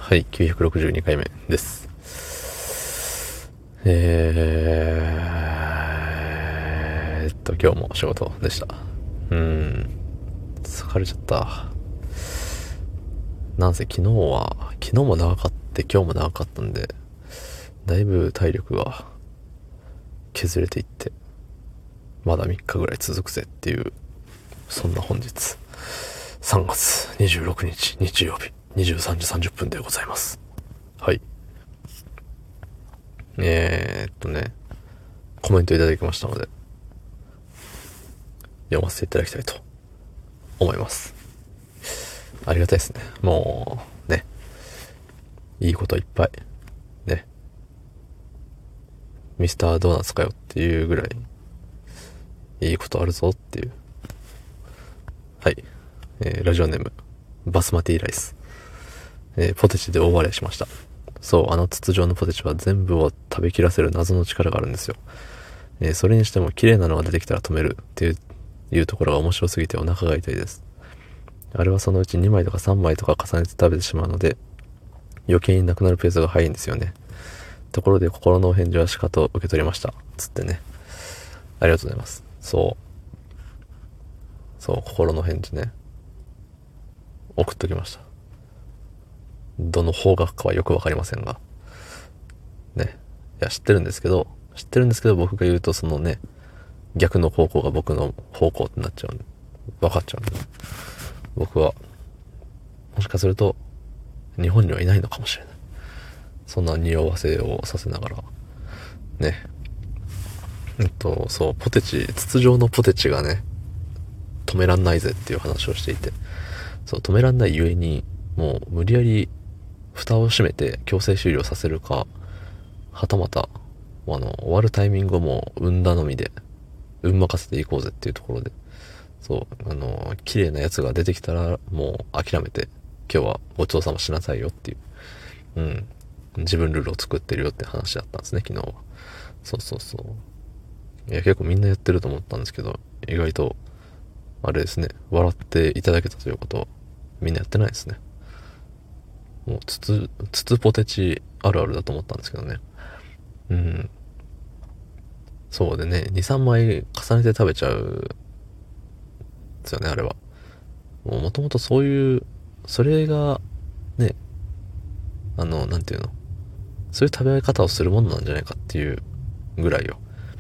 はい、962回目です。今日も仕事でした。疲れちゃった。なんせ昨日も長かった今日も長かったんで、だいぶ体力が削れていって、まだ3日ぐらい続くぜっていう、そんな本日、3月26日日曜日、23時30分でございます。はい。コメントいただきましたので、読ませていただきたいと思います。ありがたいですね。もう、ね。いいこといっぱい。ね。ミスタードーナツかよっていうぐらい、いいことあるぞっていう。はい。ラジオネーム、バスマティライス。ポテチで大笑いしました。そう、筒状のポテチは全部を食べきらせる謎の力があるんですよ。それにしても綺麗なのが出てきたら止めるっていうところが面白すぎてお腹が痛いです。あれはそのうち2枚とか3枚とか重ねて食べてしまうので、余計になくなるペースが早いんですよね。ところで心のお返事はしかと受け取りました。つってね。ありがとうございます。そう、心の返事ね。送っときました。どの方角かはよくわかりませんが。ね。いや、知ってるんですけど僕が言うとそのね、逆の方向が僕の方向ってなっちゃうんで、分かっちゃうんで。僕は、もしかすると、日本にはいないのかもしれない。そんな匂わせをさせながら、ね。そう、ポテチ、筒状のポテチがね、止めらんないぜっていう話をしていて、そう、止めらんないゆえに、もう無理やり蓋を閉めて強制終了させるか、はたまた、終わるタイミングをもう運頼みで、運任せていこうぜっていうところで、そう、綺麗なやつが出てきたら、もう諦めて、今日はごちそうさましなさいよっていう、自分ルールを作ってるよって話だったんですね、昨日は。そうそうそう。いや、結構みんなやってると思ったんですけど、意外と、あれですね、笑っていただけたということは、みんなやってないですね。もう、筒ポテチあるあるだと思ったんですけどね。そうでね、2、3枚重ねて食べちゃう、ですよね、あれは。もともとそういう、それが、ね、なんていうの、そういう食べ方をするものなんじゃないかっていうぐらいよ。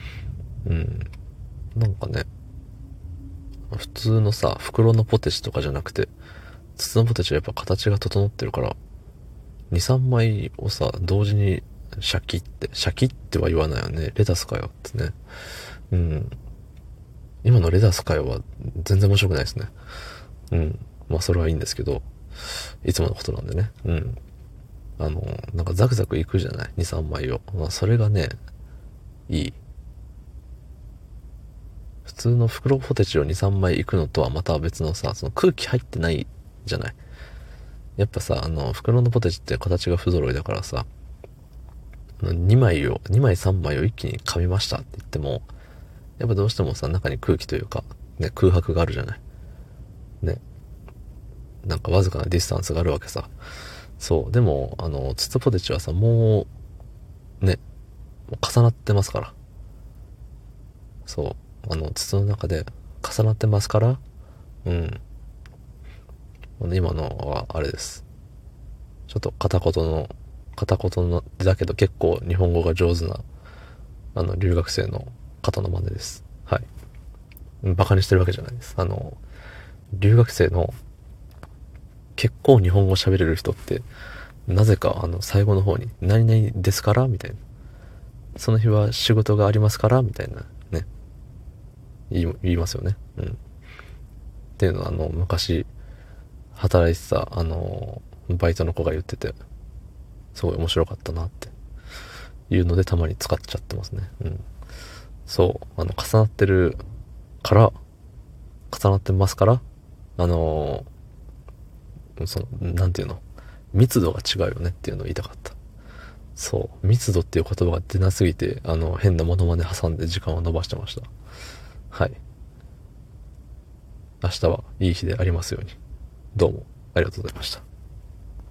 なんかね、普通のさ、袋のポテチとかじゃなくて、筒のポテチはやっぱ形が整ってるから、2、3枚をさ、同時にシャキっては言わないよね。レタスかよってね。今のレタスかよは全然面白くないですね。まあそれはいいんですけど、いつものことなんでね。なんかザクザクいくじゃない ?2、3枚を。まあそれがね、いい。普通の袋ポテチを2、3枚いくのとはまた別のさ、その空気入ってないじゃない。やっぱさ、袋のポテチって形が不揃いだからさ、2枚3枚を一気に噛みましたって言っても、やっぱどうしてもさ、中に空気というか、ね、空白があるじゃない。ね。なんかわずかなディスタンスがあるわけさ。そう。でも、筒ポテチはさ、もう、ね、もう重なってますから。そう。筒の中で重なってますから、今のはあれです。ちょっと片言の、だけど結構日本語が上手な、留学生の方の真似です。はい。バカにしてるわけじゃないです。留学生の結構日本語喋れる人って、なぜか最後の方に、何々ですからみたいな。その日は仕事がありますからみたいな、ね。言いますよね。っていうのは昔、働いてた、バイトの子が言ってて、すごい面白かったなっていうのでたまに使っちゃってますね。そう、重なってるから、重なってますから、なんていうの、密度が違うよねっていうのを言いたかった。そう、密度っていう言葉が出なすぎて、変なモノマネ挟んで時間を延ばしてました。はい。明日はいい日でありますように。どうもありがとうございました。